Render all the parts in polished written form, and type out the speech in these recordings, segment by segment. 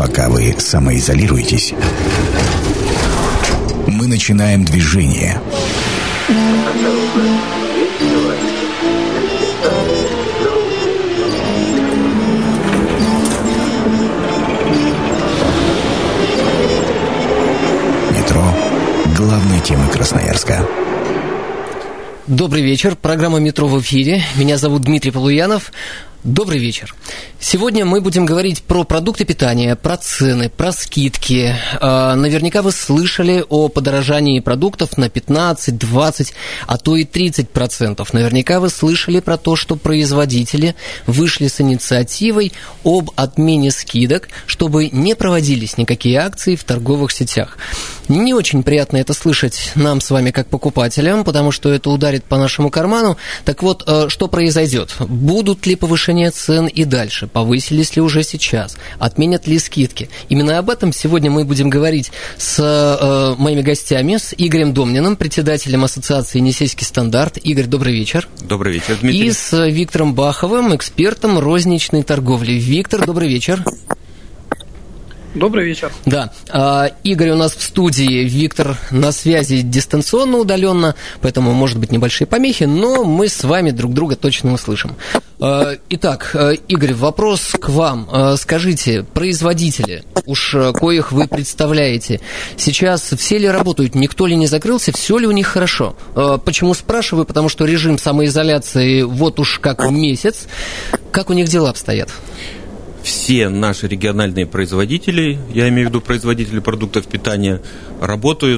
Пока вы самоизолируетесь, мы начинаем движение. Метро – главной темы Красноярска. Добрый вечер. Программа «Метро» в эфире. Меня зовут Дмитрий Полуянов. Добрый вечер. Сегодня мы будем говорить про продукты питания, про цены, про скидки. Наверняка вы слышали о подорожании продуктов на 15, 20, а то и 30%. Наверняка вы слышали про то, что производители вышли с инициативой об отмене скидок, чтобы не проводились никакие акции в торговых сетях. Не очень приятно это слышать нам с вами как покупателям, потому что это ударит по нашему карману. Так вот, что произойдет? Будут ли повышения цен и дальше? Повысились ли уже сейчас? Отменят ли скидки? Именно об этом сегодня мы будем говорить с моими гостями, с Игорем Домниным, председателем ассоциации «Енисейский стандарт». Игорь, добрый вечер. Добрый вечер, Дмитрий. И с Виктором Баховым, экспертом розничной торговли. Виктор, добрый вечер. Добрый вечер. Да, Игорь у нас в студии, Виктор на связи дистанционно, удаленно, поэтому, может быть, небольшие помехи, но мы с вами друг друга точно услышим. Итак, Игорь, вопрос к вам. Скажите, производители, уж коих вы представляете, сейчас все ли работают, никто ли не закрылся, все ли у них хорошо? Почему спрашиваю? Потому что режим самоизоляции вот уж как месяц. Как у них дела обстоят? Все наши региональные производители, я имею в виду производители продуктов питания, работают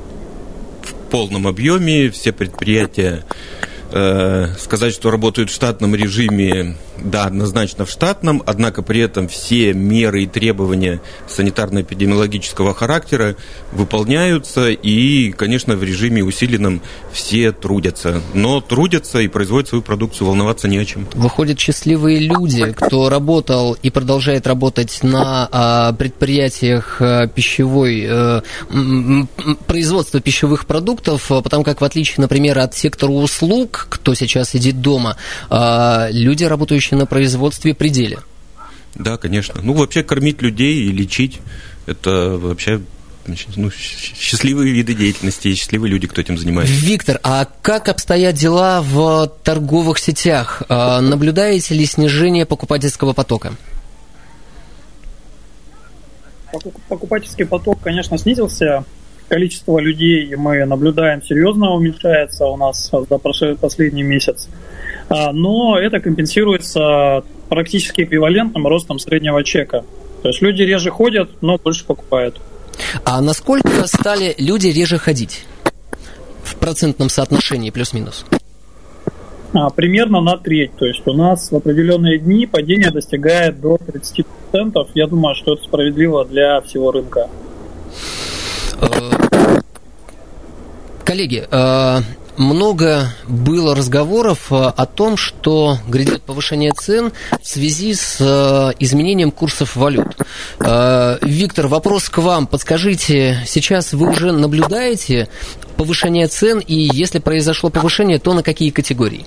в полном объеме. Все предприятия, сказать, что работают в штатном режиме, да, однозначно в штатном, однако при этом все меры и требования санитарно-эпидемиологического характера выполняются, и, конечно, в режиме усиленном все трудятся. Но трудятся и производят свою продукцию, волноваться не о чем. Выходят счастливые люди, кто работал и продолжает работать на предприятиях производства пищевых продуктов, потому как, в отличие, например, от сектора услуг, кто сейчас сидит дома, люди, работающие на производстве, при деле. Да, конечно. Вообще кормить людей и лечить – это вообще счастливые виды деятельности и счастливые люди, кто этим занимается. Виктор, а как обстоят дела в торговых сетях? Наблюдаете ли снижение покупательского потока? Покупательский поток, конечно, снизился. Количество людей мы наблюдаем серьезно уменьшается у нас за последний месяц. Но это компенсируется практически эквивалентным ростом среднего чека. То есть люди реже ходят, но больше покупают. А насколько стали люди реже ходить? В процентном соотношении плюс-минус? Примерно на треть. То есть у нас в определенные дни падение достигает до 30%. Я думаю, что это справедливо для всего рынка. Коллеги, много было разговоров о том, что грядет повышение цен в связи с изменением курсов валют. Виктор, вопрос к вам. Подскажите, сейчас вы уже наблюдаете повышение цен, и если произошло повышение, то на какие категории?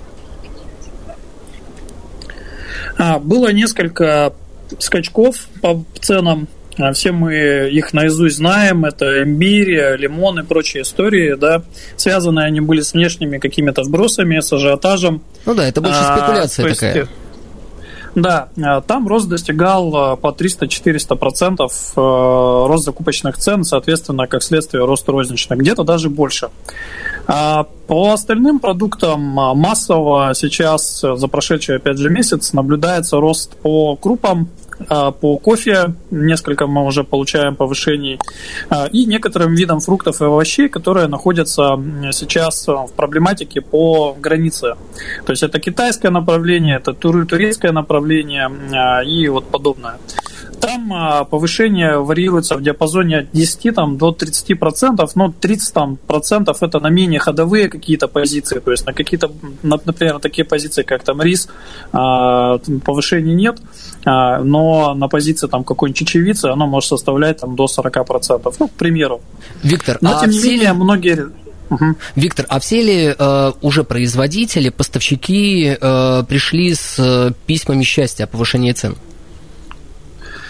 Было несколько скачков по ценам. Все мы их наизусть знаем, это имбирь, лимон и прочие истории, да. Связаны они были с внешними какими-то сбросами, с ажиотажем. Ну да, это больше спекуляция такая. Да, там рост достигал по 300-400%, рост закупочных цен, соответственно, как следствие роста розничных, где-то даже больше. По остальным продуктам массово сейчас за прошедший, опять же, месяц наблюдается рост по крупам, по кофе, несколько мы уже получаем повышений, и некоторым видам фруктов и овощей, которые находятся сейчас в проблематике по границе. То есть это китайское направление, это турецкое направление и вот подобное. Там повышение варьируется в диапазоне от 10 до 30%, но 30% это на менее ходовые какие-то позиции, то есть на какие-то, например, такие позиции, как там рис, повышений нет, но на позиции там какой-нибудь чечевицы оно может составлять там до 40%, к примеру. Виктор, но тем не менее многие... Виктор, а все ли уже производители, поставщики пришли с письмами счастья о повышении цен?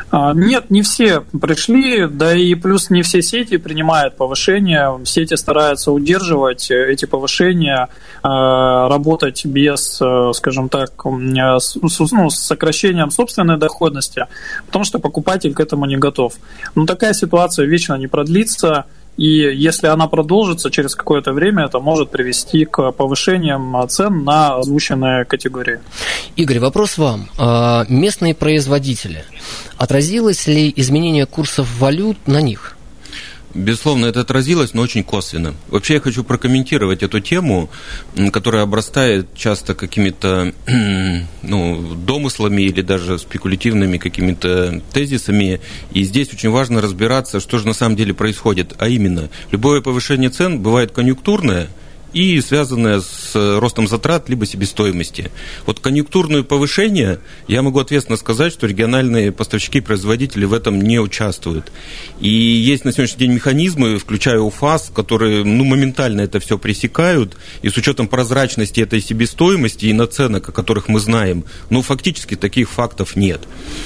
Нет, не все пришли, да и плюс не все сети принимают повышения. Сети стараются удерживать эти повышения, работать без, скажем так, с сокращением собственной доходности, потому что покупатель к этому не готов. Но такая ситуация вечно не продлится. И если она продолжится через какое-то время, это может привести к повышениям цен на озвученные категории. Игорь, вопрос вам. Местные производители, отразилось ли изменение курсов валют на них? Безусловно, это отразилось, но очень косвенно. Вообще я хочу прокомментировать эту тему, которая обрастает часто какими-то домыслами или даже спекулятивными какими-то тезисами. И здесь очень важно разбираться, что же на самом деле происходит. А именно, любое повышение цен бывает конъюнктурное и связанное с ростом затрат либо себестоимости. Вот конъюнктурное повышение, я могу ответственно сказать, что региональные поставщики и производители в этом не участвуют. И есть на сегодняшний день механизмы, включая УФАС, которые моментально это все пресекают, и с учетом прозрачности этой себестоимости и наценок, о которых мы знаем, фактически таких фактов нет.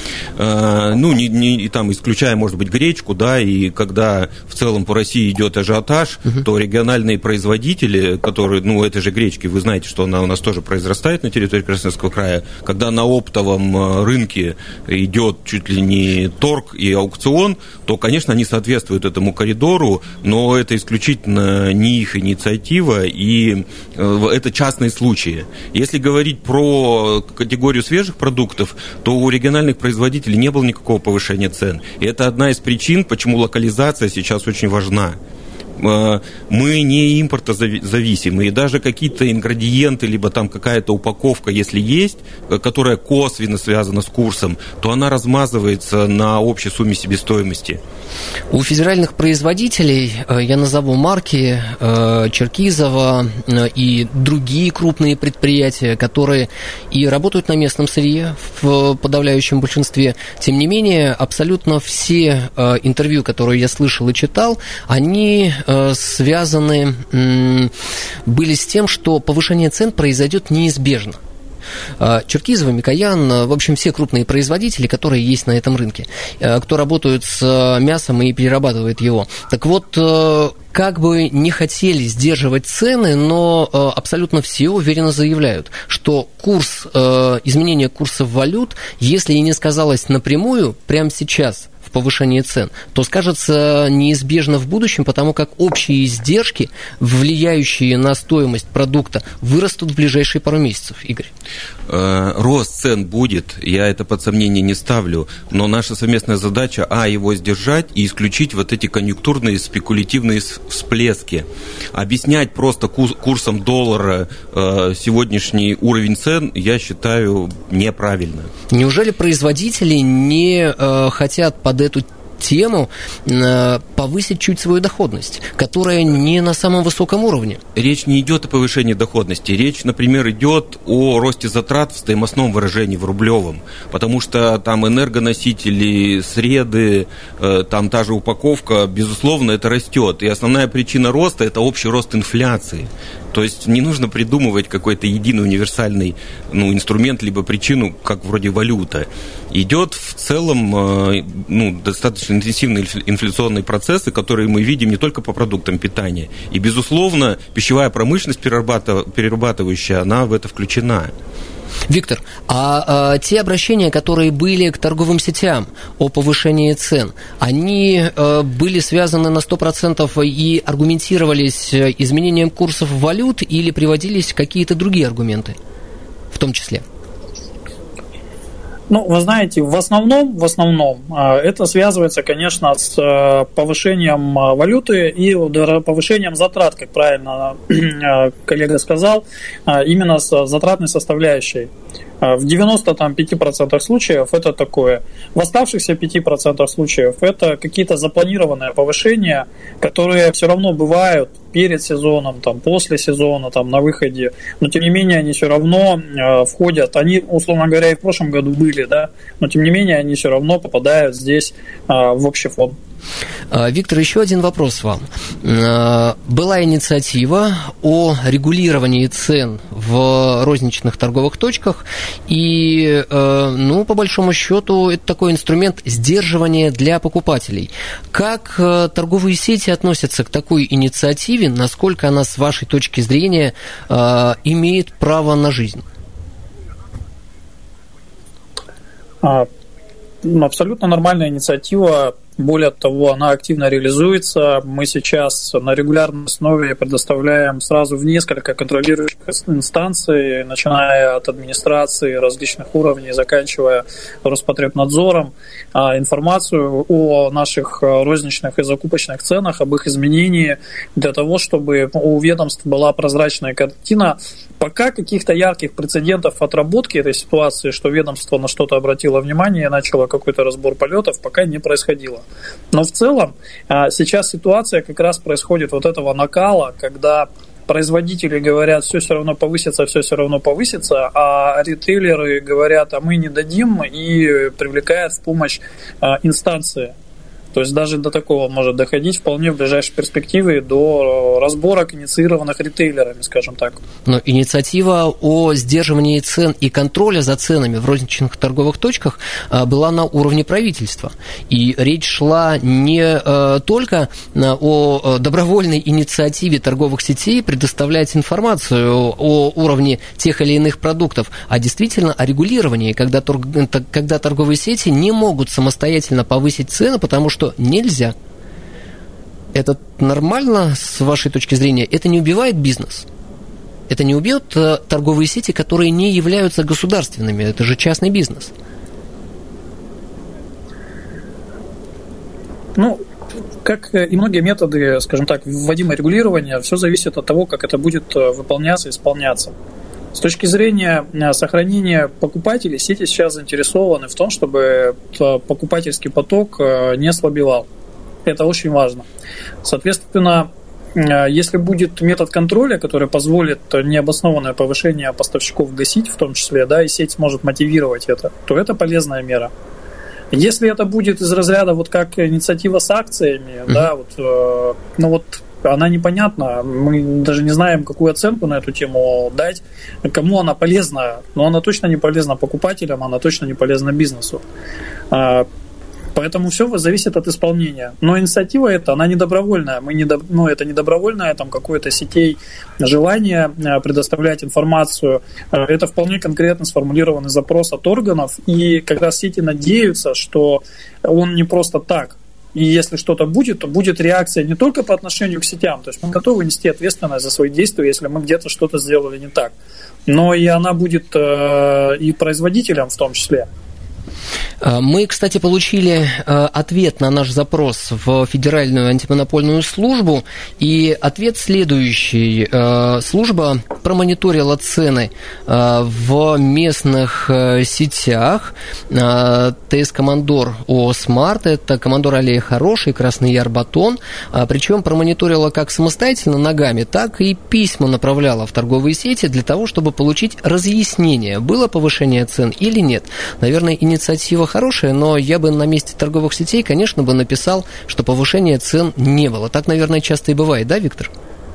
Там, исключая, может быть, гречку, да, и когда в целом по России идет ажиотаж, то региональные производители, которые, этой же гречки, вы знаете, что она у нас тоже произрастает на территории Красноярского края, когда на оптовом рынке идет чуть ли не торг и аукцион, то, конечно, они соответствуют этому коридору, но это исключительно не их инициатива, и это частные случаи. Если говорить про категорию свежих продуктов, то у региональных производителей не было никакого повышения цен. И это одна из причин, почему локализация сейчас очень важна. Мы не импортозависимы, и даже какие-то ингредиенты, либо там какая-то упаковка, если есть, которая косвенно связана с курсом, то она размазывается на общей сумме себестоимости. У федеральных производителей, я назову марки, Черкизово и другие крупные предприятия, которые и работают на местном сырье в подавляющем большинстве, тем не менее, абсолютно все интервью, которые я слышал и читал, они связаны были с тем, что повышение цен произойдет неизбежно. Черкизово, Микоян, в общем, все крупные производители, которые есть на этом рынке, кто работают с мясом и перерабатывает его. Так вот, как бы не хотели сдерживать цены, но абсолютно все уверенно заявляют, что изменение курсов валют, если и не сказалось напрямую прямо сейчас в повышении цен, то скажется неизбежно в будущем, потому как общие издержки, влияющие на стоимость продукта, вырастут в ближайшие пару месяцев. Игорь. Рост цен будет, я это под сомнение не ставлю, но наша совместная задача, его сдержать и исключить вот эти конъюнктурные спекулятивные всплески. Объяснять просто курсом доллара сегодняшний уровень цен, я считаю, неправильно. Неужели производители не хотят под эту тему повысить чуть свою доходность, которая не на самом высоком уровне? Речь не идет о повышении доходности. Речь, например, идет о росте затрат в стоимостном выражении, в рублевом. Потому что там энергоносители, среды, там та же упаковка, безусловно, это растет. И основная причина роста – это общий рост инфляции. То есть не нужно придумывать какой-то единый универсальный инструмент, либо причину, как вроде валюта. Идет в целом достаточно интенсивные инфляционные процессы, которые мы видим не только по продуктам питания. И, безусловно, пищевая промышленность перерабатывающая, она в это включена. Виктор, а те обращения, которые были к торговым сетям о повышении цен, они были связаны на 100% и аргументировались изменением курсов валют или приводились какие-то другие аргументы в том числе? Вы знаете, в основном это связывается, конечно, с повышением валюты и повышением затрат, как правильно коллега сказал, именно с затратной составляющей. В 95% случаев это такое. В оставшихся 5% случаев это какие-то запланированные повышения, которые все равно бывают перед сезоном, после сезона, на выходе. Но тем не менее они все равно входят. Они, условно говоря, и в прошлом году были, да, но тем не менее они все равно попадают здесь в общий фон. Виктор, еще один вопрос вам. Была инициатива о регулировании цен в розничных торговых точках, И, ну, по большому счету, это такой инструмент сдерживания для покупателей. Как торговые сети относятся к такой инициативе? Насколько она, с вашей точки зрения, имеет право на жизнь? Абсолютно нормальная инициатива. Более того, она активно реализуется. Мы сейчас на регулярной основе предоставляем сразу в несколько контролирующих инстанций, начиная от администрации различных уровней, заканчивая Роспотребнадзором, информацию о наших розничных и закупочных ценах, об их изменении, для того, чтобы у ведомств была прозрачная картина. Пока каких-то ярких прецедентов отработки этой ситуации, что ведомство на что-то обратило внимание и начало какой-то разбор полетов, пока не происходило. Но в целом сейчас ситуация как раз происходит вот этого накала, когда производители говорят, все равно повысится, а ритейлеры говорят, а мы не дадим, и привлекают в помощь инстанции. То есть даже до такого может доходить вполне в ближайшей перспективе до разборок, инициированных ритейлерами, скажем так. Но инициатива о сдерживании цен и контроля за ценами в розничных торговых точках была на уровне правительства. И речь шла не только о добровольной инициативе торговых сетей предоставлять информацию о уровне тех или иных продуктов, а действительно о регулировании, когда торговые сети не могут самостоятельно повысить цены, потому что нельзя. Это нормально, с вашей точки зрения? Это не убивает бизнес? Это не убьет торговые сети, которые не являются государственными? Это же частный бизнес. Ну, как и многие методы, скажем так, вводимого регулирования, все зависит от того, как это будет выполняться, исполняться. С точки зрения сохранения покупателей, сети сейчас заинтересованы в том, чтобы покупательский поток не ослабевал. Это очень важно. Соответственно, если будет метод контроля, который позволит необоснованное повышение поставщиков гасить, в том числе, да, и сеть сможет мотивировать это, то это полезная мера. Если это будет из разряда вот как инициатива с акциями, да, вот, ну вот она непонятна, мы даже не знаем, какую оценку на эту тему дать, кому она полезна, но она точно не полезна покупателям, она точно не полезна бизнесу. Поэтому все зависит от исполнения. Но инициатива эта, она не добровольная. Это не добровольное там какое-то сетей желание предоставлять информацию. Это вполне конкретно сформулированный запрос от органов. И как раз сети надеются, что он не просто так. И если что-то будет, то будет реакция не только по отношению к сетям, то есть мы готовы нести ответственность за свои действия, если мы где-то что-то сделали не так, но и она будет и производителям в том числе. Мы, кстати, получили ответ на наш запрос в Федеральную антимонопольную службу, и ответ следующий. Служба промониторила цены в местных сетях. ТС «Командор» ООО «Смарт», это «Командор» Аллея Хороший, Красный Яр, Батон, причем промониторила как самостоятельно ногами, так и письма направляла в торговые сети для того, чтобы получить разъяснение, было повышение цен или нет. Наверное, инициатива хорошая, но я бы на месте торговых сетей, конечно, бы написал, что повышения цен не было. Так, наверное, часто и бывает, да, Виктор?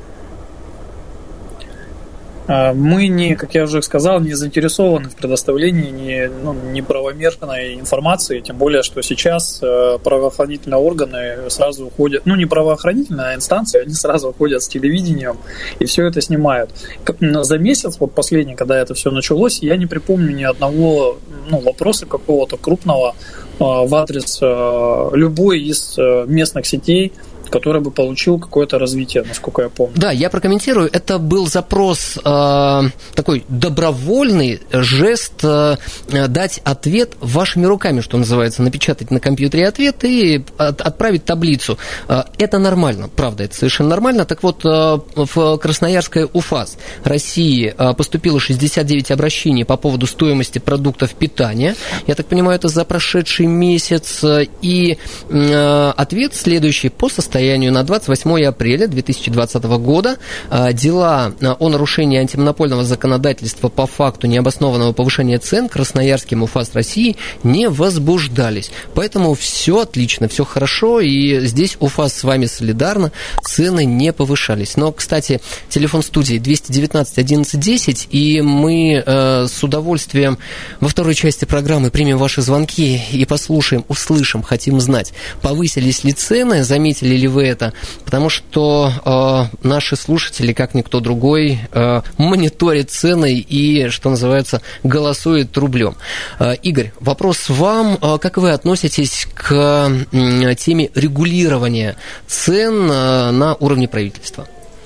Мы, как я уже сказал, не заинтересованы в предоставлении неправомерной информации, тем более, что сейчас правоохранительные органы сразу уходят, не правоохранительные, а инстанции, они сразу уходят с телевидением и все это снимают. За месяц, вот последний, когда это все началось, я не припомню ни одного вопроса какого-то крупного в адрес любой из местных сетей, который бы получил какое-то развитие, насколько я помню. Да, я прокомментирую. Это был запрос, такой добровольный жест дать ответ вашими руками, что называется, напечатать на компьютере ответ и отправить таблицу. Это нормально, правда, это совершенно нормально. Так вот, в Красноярское УФАС России поступило 69 обращений по поводу стоимости продуктов питания. Я так понимаю, это за прошедший месяц. И ответ следующий по состоянию состоянию на 28 апреля 2020 года дела о нарушении антимонопольного законодательства по факту необоснованного повышения цен Красноярским УФАС России не возбуждались. Поэтому все отлично, все хорошо, и здесь УФАС с вами солидарно, цены не повышались. Но, кстати, телефон студии 219 11 10, и мы с удовольствием во второй части программы примем ваши звонки и послушаем, услышим, хотим знать, повысились ли цены, заметили ли вы это, потому что наши слушатели, как никто другой, мониторят цены и, что называется, голосуют рублем. Игорь, вопрос вам. Как вы относитесь к теме регулирования цен на уровне правительства?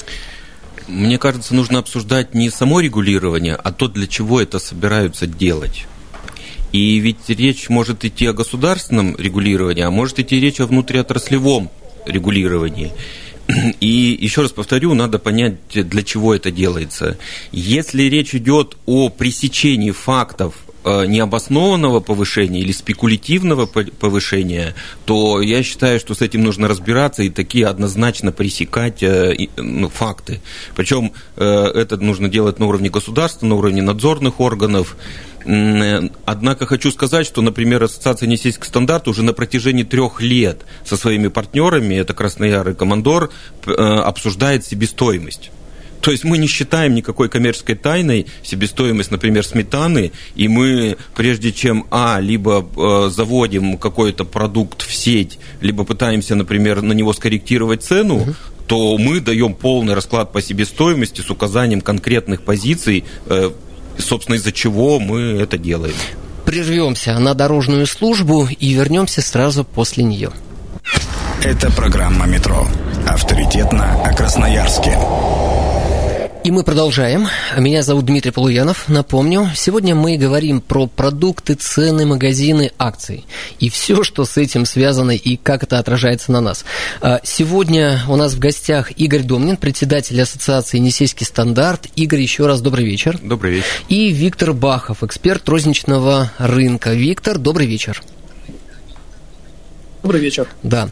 Мне кажется, нужно обсуждать не само регулирование, а то, для чего это собираются делать. И ведь речь может идти о государственном регулировании, а может идти речь о внутриотраслевом регулировании. И еще раз повторю, надо понять, для чего это делается. Если речь идет о пресечении фактов необоснованного повышения или спекулятивного повышения, то я считаю, что с этим нужно разбираться и такие однозначно пресекать факты. Причем это нужно делать на уровне государства, на уровне надзорных органов. Однако хочу сказать, что, например, Ассоциация несельских стандартов уже на протяжении 3 лет со своими партнерами, это Краснояр и Командор, обсуждает себестоимость. То есть мы не считаем никакой коммерческой тайной себестоимость, например, сметаны, и мы, прежде чем, либо заводим какой-то продукт в сеть, либо пытаемся, например, на него скорректировать цену, то мы даем полный расклад по себестоимости с указанием конкретных позиций, собственно, из-за чего мы это делаем. Прервемся на дорожную службу и вернемся сразу после нее. Это программа «Метро». Авторитетно о Красноярске. И мы продолжаем. Меня зовут Дмитрий Полуянов. Напомню, сегодня мы говорим про продукты, цены, магазины, акции. И все, что с этим связано и как это отражается на нас. Сегодня у нас в гостях Игорь Домнин, председатель Ассоциации «Енисейский стандарт». Игорь, еще раз добрый вечер. Добрый вечер. И Виктор Бахов, эксперт розничного рынка. Виктор, добрый вечер. Добрый вечер. Да.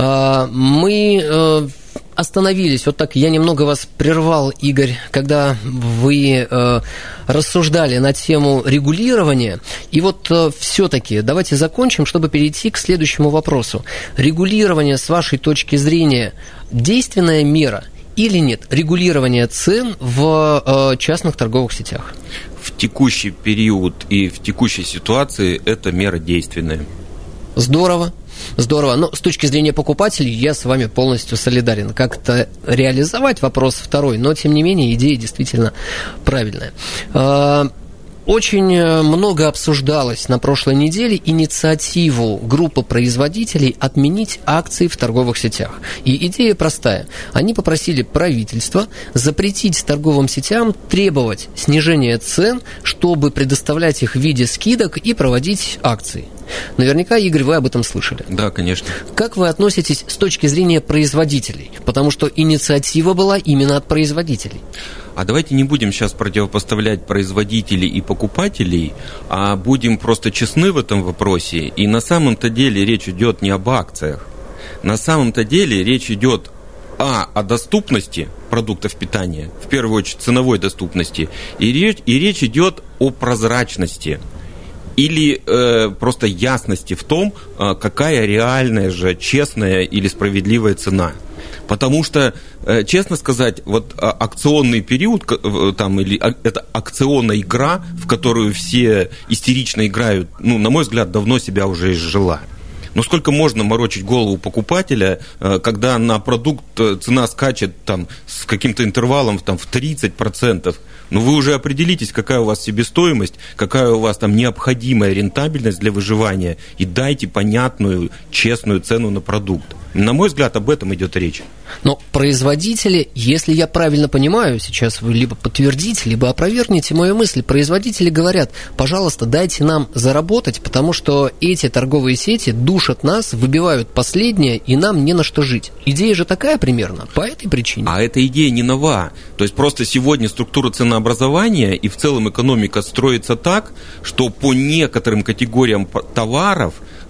Мы остановились, вот так я немного вас прервал, Игорь, когда вы рассуждали на тему регулирования. И вот все-таки давайте закончим, чтобы перейти к следующему вопросу. Регулирование, с вашей точки зрения, действенная мера или нет? Регулирование цен в частных торговых сетях? В текущий период и в текущей ситуации эта мера действенная. Здорово. Здорово. Но с точки зрения покупателей я с вами полностью солидарен. Как это реализовать, вопрос второй, но тем не менее идея действительно правильная. Очень много обсуждалось на прошлой неделе инициативу группы производителей отменить акции в торговых сетях. И идея простая. Они попросили правительство запретить торговым сетям требовать снижения цен, чтобы предоставлять их в виде скидок и проводить акции. Наверняка, Игорь, вы об этом слышали. Да, конечно. Как вы относитесь с точки зрения производителей? Потому что инициатива была именно от производителей. А давайте не будем сейчас противопоставлять производителей и покупателей, а будем просто честны в этом вопросе. И на самом-то деле речь идет не об акциях. На самом-то деле речь идет о доступности продуктов питания, в первую очередь ценовой доступности, и речь идет о прозрачности. Или просто ясности в том, какая реальная же, честная или справедливая цена. Потому что, честно сказать, вот акционный период, это акционная игра, в которую все истерично играют, на мой взгляд, давно себя уже изжила. Но сколько можно морочить голову покупателя, когда на продукт цена скачет с каким-то интервалом в 30%? Вы уже определитесь, какая у вас себестоимость, какая у вас необходимая рентабельность для выживания, и дайте понятную, честную цену на продукт. На мой взгляд, об этом идет речь. Но производители, если я правильно понимаю, сейчас вы либо подтвердите, либо опровергните мою мысль, производители говорят: пожалуйста, дайте нам заработать, потому что эти торговые сети душат нас, выбивают последнее, и нам не на что жить. Идея же такая примерно, по этой причине. А эта идея не нова. То есть просто сегодня структура ценообразования и в целом экономика строится так, что по некоторым категориям товаров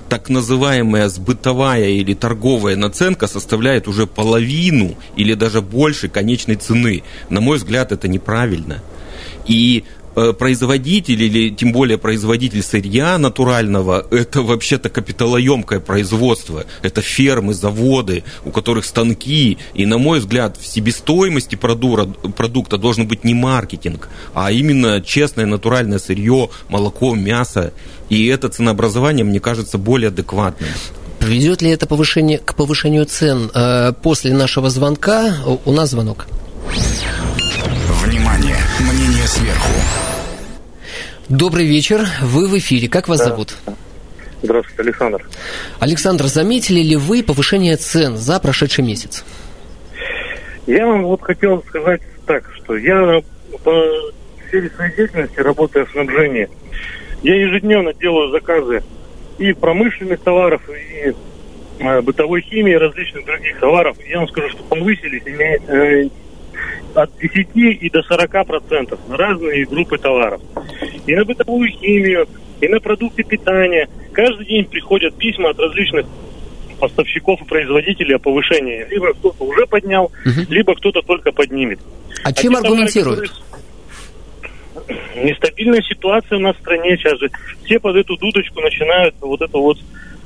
так называемая сбытовая или торговая наценка составляет уже половину или даже больше конечной цены. На мой взгляд, это неправильно. И производитель, или тем более производитель сырья натурального, это вообще-то капиталоемкое производство. Это фермы, заводы, у которых станки. И, на мой взгляд, в себестоимости продукта должен быть не маркетинг, а именно честное натуральное сырье, молоко, мясо. И это ценообразование, мне кажется, более адекватным. Приведет ли это к повышению цен? После нашего звонка у нас звонок. Внимание! Мнение сверху. Добрый вечер, вы в эфире. Как вас зовут? Здравствуйте, Александр. Александр, заметили ли вы повышение цен за прошедший месяц? Я вам вот хотел сказать так, что я по сфере своей деятельности, работая в снабжении, я ежедневно делаю заказы и промышленных товаров, и бытовой химии, и различных других товаров. Я вам скажу, что повысились от 10 и до 40% на разные группы товаров. И на бытовую химию, и на продукты питания. Каждый день приходят письма от различных поставщиков и производителей о повышении. Либо кто-то уже поднял, либо кто-то только поднимет. А чем аргументируют? Нестабильная ситуация у нас в стране сейчас же. Все под эту дудочку начинают вот это вот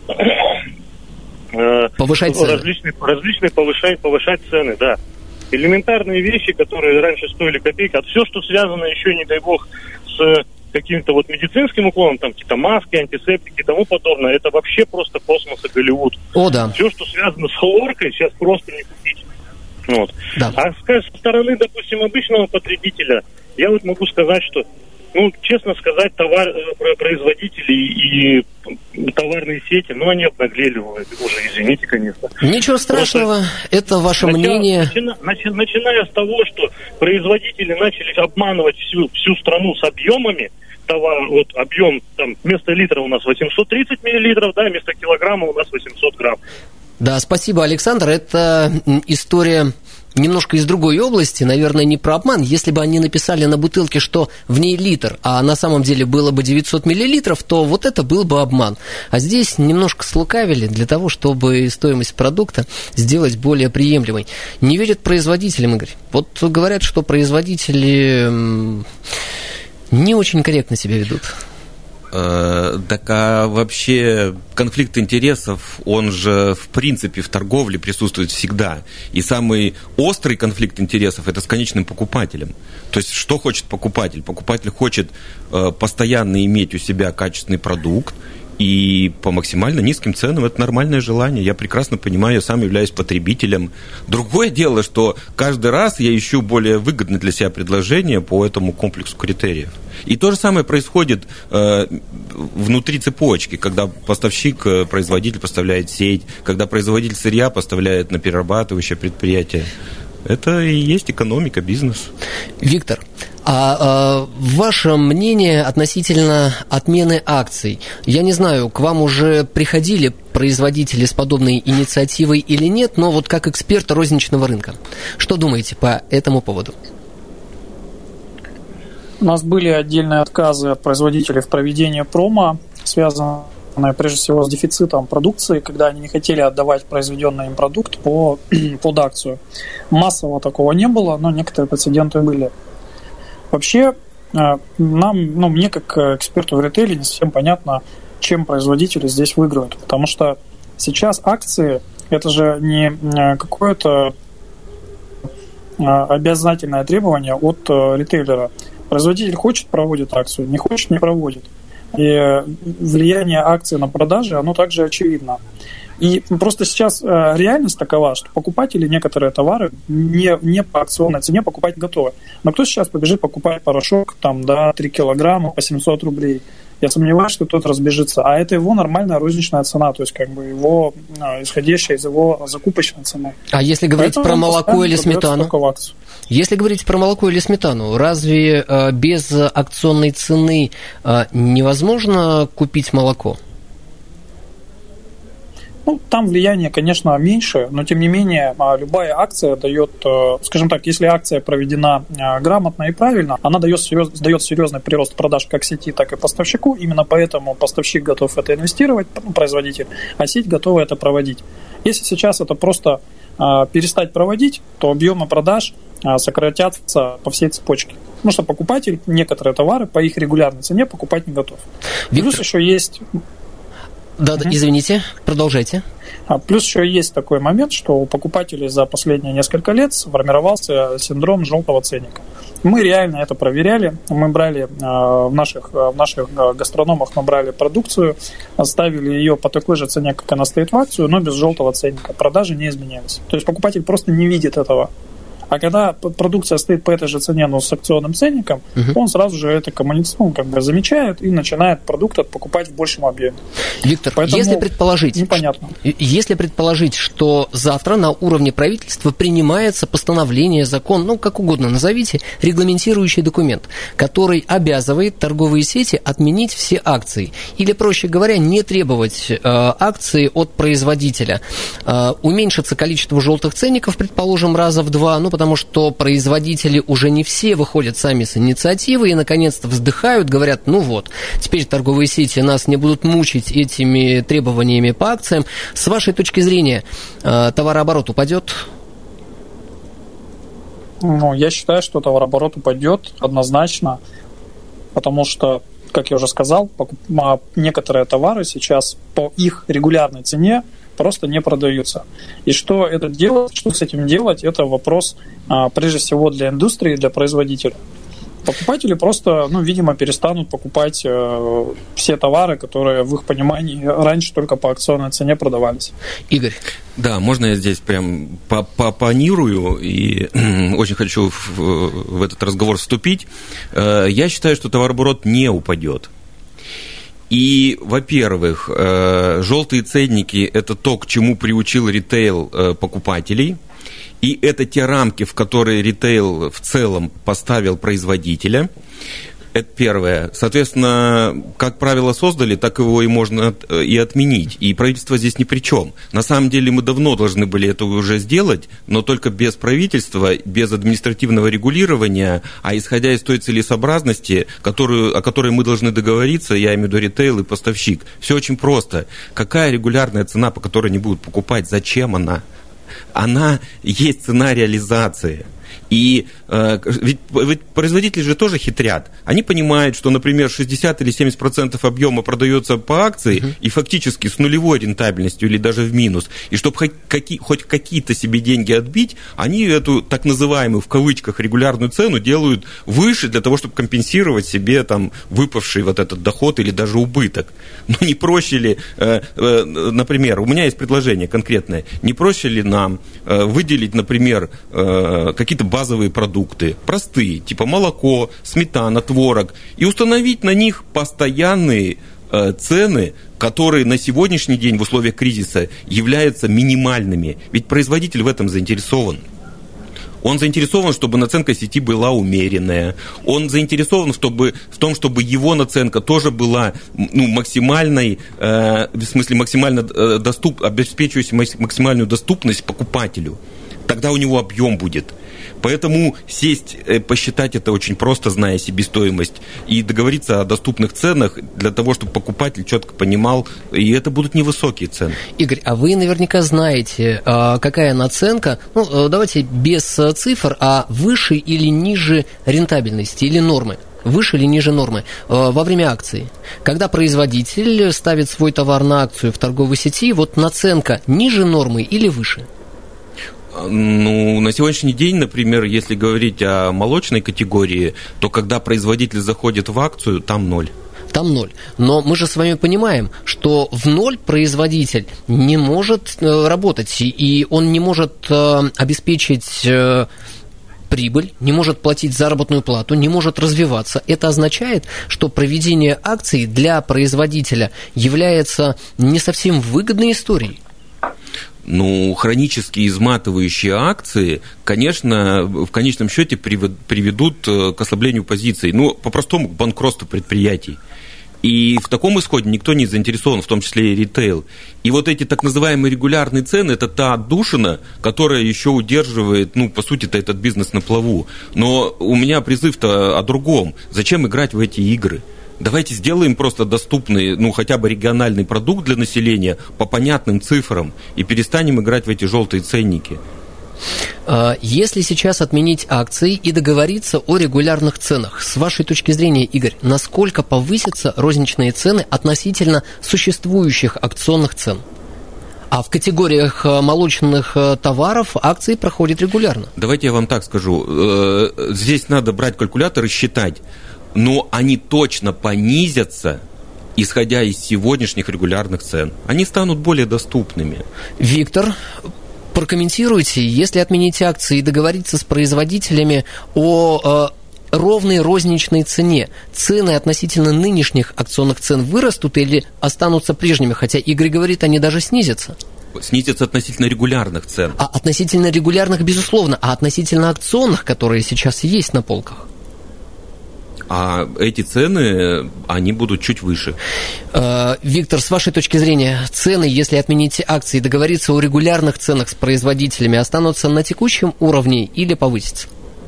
повышать цены. Различные повышать цены, да. Элементарные вещи, которые раньше стоили копейки, а все, что связано еще, не дай бог, с каким-то вот медицинским уклоном, там какие-то маски, антисептики и тому подобное, это вообще просто космос и Голливуд. О, да. Все, что связано с хлоркой, сейчас просто не купить. Вот. Да. А со стороны, допустим, обычного потребителя, я вот могу сказать, что, честно сказать, производители и товарные сети, они обнаглели уже, извините, конечно. Ничего страшного, это ваше мнение. Начиная с того, что производители начали обманывать всю страну с объемами товара, вот объем, там, вместо литра у нас 830 миллилитров, да, вместо килограмма у нас 800 грамм. Да, спасибо, Александр, это история немножко из другой области, наверное, не про обман. Если бы они написали на бутылке, что в ней литр, а на самом деле было бы 900 миллилитров, то вот это был бы обман. А здесь немножко слукавили для того, чтобы стоимость продукта сделать более приемлемой. Не верят производителям, Игорь. Вот говорят, что производители не очень корректно себя ведут. Так а вообще конфликт интересов, он же в принципе в торговле присутствует всегда. И самый острый конфликт интересов – это с конечным покупателем. То есть что хочет покупатель? Покупатель хочет постоянно иметь у себя качественный продукт, и по максимально низким ценам. Это нормальное желание. Я прекрасно понимаю, я сам являюсь потребителем. Другое дело, что каждый раз я ищу более выгодное для себя предложение по этому комплексу критериев. И то же самое происходит внутри цепочки, когда поставщик, производитель поставляет сеть, когда производитель сырья поставляет на перерабатывающее предприятие. Это и есть экономика, бизнес. Виктор, а ваше мнение относительно отмены акций? Я не знаю, к вам уже приходили производители с подобной инициативой или нет, но вот как эксперт розничного рынка, что думаете по этому поводу? У нас были отдельные отказы от производителей в проведении промо, связанные прежде всего с дефицитом продукции, когда они не хотели отдавать произведенный им продукт под акцию. Массово такого не было, но некоторые прецеденты были. Вообще, мне как эксперту в ритейле не совсем понятно, чем производители здесь выигрывают, потому что сейчас акции – это же не какое-то обязательное требование от ритейлера. Производитель хочет – проводит акцию, не хочет – не проводит. И влияние акций на продажи, оно также очевидно. И просто сейчас реальность такова, что покупатели некоторые товары не по акционной цене покупать готовы. Но кто сейчас побежит покупать порошок 3 килограмма по 700 рублей? Я сомневаюсь, что кто-то разбежится. А это его нормальная розничная цена, то есть его исходящая из его закупочной цены. А если говорить про молоко или сметану? Если говорить про молоко или сметану, разве без акционной цены невозможно купить молоко? Там влияние, конечно, меньше, но тем не менее любая акция дает, скажем так, если акция проведена грамотно и правильно, она дает серьезный прирост продаж как сети, так и поставщику. Именно поэтому поставщик готов это инвестировать, производитель, а сеть готова это проводить. Если сейчас это просто перестать проводить, то объемы продаж сократятся по всей цепочке. Потому что покупатель некоторые товары по их регулярной цене покупать не готов. Виктор... Плюс еще есть... Да, извините, продолжайте. Плюс еще есть такой момент, что у покупателей за последние несколько лет сформировался синдром желтого ценника. Мы реально это проверяли. Мы брали в наших гастрономах, мы брали продукцию, ставили ее по такой же цене, как она стоит в акцию, но без желтого ценника. Продажи не изменялись. То есть покупатель просто не видит этого. А когда продукция стоит по этой же цене, но с акционным ценником, он сразу же это замечает и начинает продукт покупать в большем объеме. Виктор, поэтому если предположить, что завтра на уровне правительства принимается постановление, закон, как угодно назовите, регламентирующий документ, который обязывает торговые сети отменить все акции, или, проще говоря, не требовать акции от производителя, уменьшится количество желтых ценников, предположим, раза в 2, потому что производители уже не все выходят сами с инициативы и, наконец-то, вздыхают, говорят, теперь торговые сети нас не будут мучить этими требованиями по акциям. С вашей точки зрения, товарооборот упадет? Я считаю, что товарооборот упадет однозначно, потому что, как я уже сказал, некоторые товары сейчас по их регулярной цене просто не продаются. И что это делать, что с этим делать, это вопрос прежде всего для индустрии, для производителя. Покупатели просто, видимо, перестанут покупать все товары, которые в их понимании раньше только по акционной цене продавались. Игорь. Да, можно я здесь прям попонирую и очень хочу в этот разговор вступить. Я считаю, что товарооборот не упадет. И, во-первых, желтые ценники – это то, к чему приучил ритейл покупателей. И это те рамки, в которые ритейл в целом поставил производителя. Это первое. Соответственно, как правило создали, так его и можно и отменить. И правительство здесь ни при чем. На самом деле мы давно должны были это уже сделать, но только без правительства, без административного регулирования, а исходя из той целесообразности, о которой мы должны договориться, я имею в виду ритейл и поставщик. Все очень просто. Какая регулярная цена, по которой они будут покупать? Зачем она? Она есть цена реализации. И ведь производители же тоже хитрят. Они понимают, что, например, 60 или 70% объема продается по акции и фактически с нулевой рентабельностью или даже в минус. И чтобы хоть какие-то себе деньги отбить, они эту так называемую в кавычках регулярную цену делают выше для того, чтобы компенсировать себе выпавший этот доход или даже убыток. Но не проще ли, например, у меня есть предложение конкретное, не проще ли нам выделить, например, какие-то базовые продукты, простые, типа молоко, сметана, творог, и установить на них постоянные цены, которые на сегодняшний день в условиях кризиса являются минимальными. Ведь производитель в этом заинтересован. Он заинтересован, чтобы наценка сети была умеренная. Он заинтересован в том, чтобы его наценка тоже была максимальной, в смысле максимально обеспечивающей максимальную доступность покупателю. Тогда у него объем будет. Поэтому сесть, посчитать это очень просто, зная себестоимость, и договориться о доступных ценах для того, чтобы покупатель четко понимал, и это будут невысокие цены. Игорь, а вы наверняка знаете, какая наценка, давайте без цифр, а выше или ниже рентабельности или нормы? Выше или ниже нормы во время акции. Когда производитель ставит свой товар на акцию в торговой сети, наценка ниже нормы или выше? На сегодняшний день, например, если говорить о молочной категории, то когда производитель заходит в акцию, там 0. Там 0. Но мы же с вами понимаем, что в 0 производитель не может работать, и он не может обеспечить прибыль, не может платить заработную плату, не может развиваться. Это означает, что проведение акций для производителя является не совсем выгодной историей. Хронически изматывающие акции, конечно, в конечном счете приведут к ослаблению позиций, по-простому, к банкротству предприятий. И в таком исходе никто не заинтересован, в том числе и ритейл. И вот эти так называемые регулярные цены – это та отдушина, которая еще удерживает, по сути-то, этот бизнес на плаву. Но у меня призыв-то о другом. Зачем играть в эти игры? Давайте сделаем просто доступный, хотя бы региональный продукт для населения по понятным цифрам и перестанем играть в эти желтые ценники. Если сейчас отменить акции и договориться о регулярных ценах, с вашей точки зрения, Игорь, насколько повысятся розничные цены относительно существующих акционных цен? А в категориях молочных товаров акции проходят регулярно. Давайте я вам так скажу. Здесь надо брать калькулятор и считать. Но они точно понизятся, исходя из сегодняшних регулярных цен. Они станут более доступными. Виктор, прокомментируйте, если отменить акции и договориться с производителями о ровной розничной цене, цены относительно нынешних акционных цен вырастут или останутся прежними? Хотя Игорь говорит, они даже снизятся. Снизятся относительно регулярных цен. А относительно регулярных, безусловно, а относительно акционных, которые сейчас есть на полках? А эти цены, они будут чуть выше. Виктор, с вашей точки зрения, цены, если отменить акции и договориться о регулярных ценах с производителями, останутся на текущем уровне или повысятся?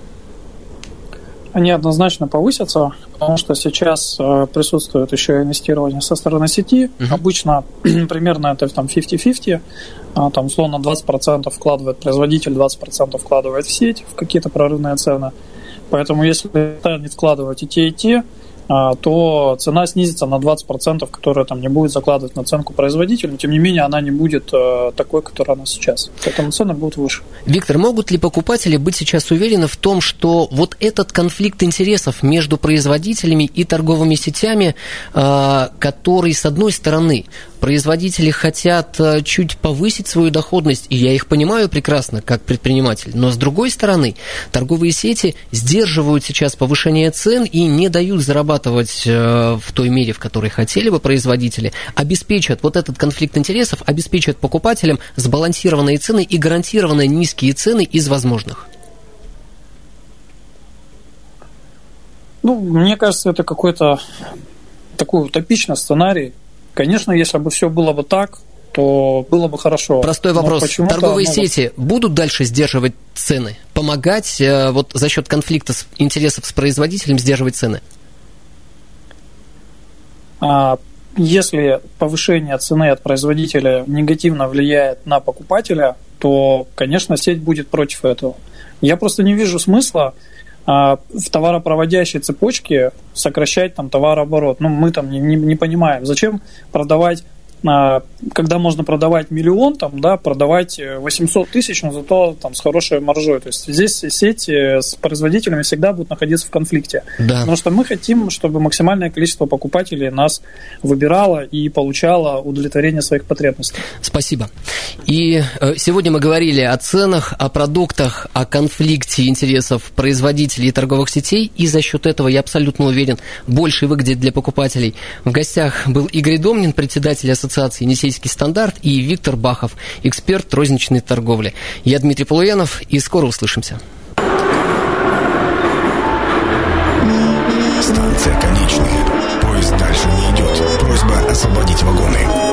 Они однозначно повысятся, потому что сейчас присутствует еще инвестирование со стороны сети. Обычно примерно это там 50-50, там условно 20% вкладывает производитель, 20% вкладывает в сеть в какие-то прорывные цены. Поэтому если не вкладывать и те, то цена снизится на 20%, которая там не будет закладывать наценку производителю, но тем не менее она не будет такой, которая она сейчас. Поэтому цены будут выше. Виктор, могут ли покупатели быть сейчас уверены в том, что вот этот конфликт интересов между производителями и торговыми сетями, который, с одной стороны, производители хотят чуть повысить свою доходность, и я их понимаю прекрасно, как предприниматель, но с другой стороны, торговые сети сдерживают сейчас повышение цен и не дают зарабатывать в той мере, в которой хотели бы производители, обеспечат вот этот конфликт интересов, обеспечат покупателям сбалансированные цены и гарантированно низкие цены из возможных. Мне кажется, это какой-то такой утопичный сценарий. Конечно, если бы все было бы так, то было бы хорошо. Простой вопрос. Торговые сети будут дальше сдерживать цены? Помогать вот за счет конфликта интересов с производителем сдерживать цены? Если повышение цены от производителя негативно влияет на покупателя, то, конечно, сеть будет против этого. Я просто не вижу смысла в товаропроводящей цепочке сокращать там товарооборот. Мы там не понимаем, зачем продавать, когда можно продавать миллион, продавать 800 тысяч, но зато там с хорошей маржой. То есть здесь сеть с производителями всегда будет находиться в конфликте. Да. Потому что мы хотим, чтобы максимальное количество покупателей нас выбирало и получало удовлетворение своих потребностей. Спасибо. И сегодня мы говорили о ценах, о продуктах, о конфликте интересов производителей и торговых сетей, и за счет этого, я абсолютно уверен, больше выгодит для покупателей. В гостях был Игорь Домнин, председатель Ассоциации «Енисейский стандарт», и Виктор Бахов, эксперт розничной торговли. Я Дмитрий Полуянов, и скоро услышимся. Станция конечная. Поезд дальше не идет. Просьба освободить вагоны.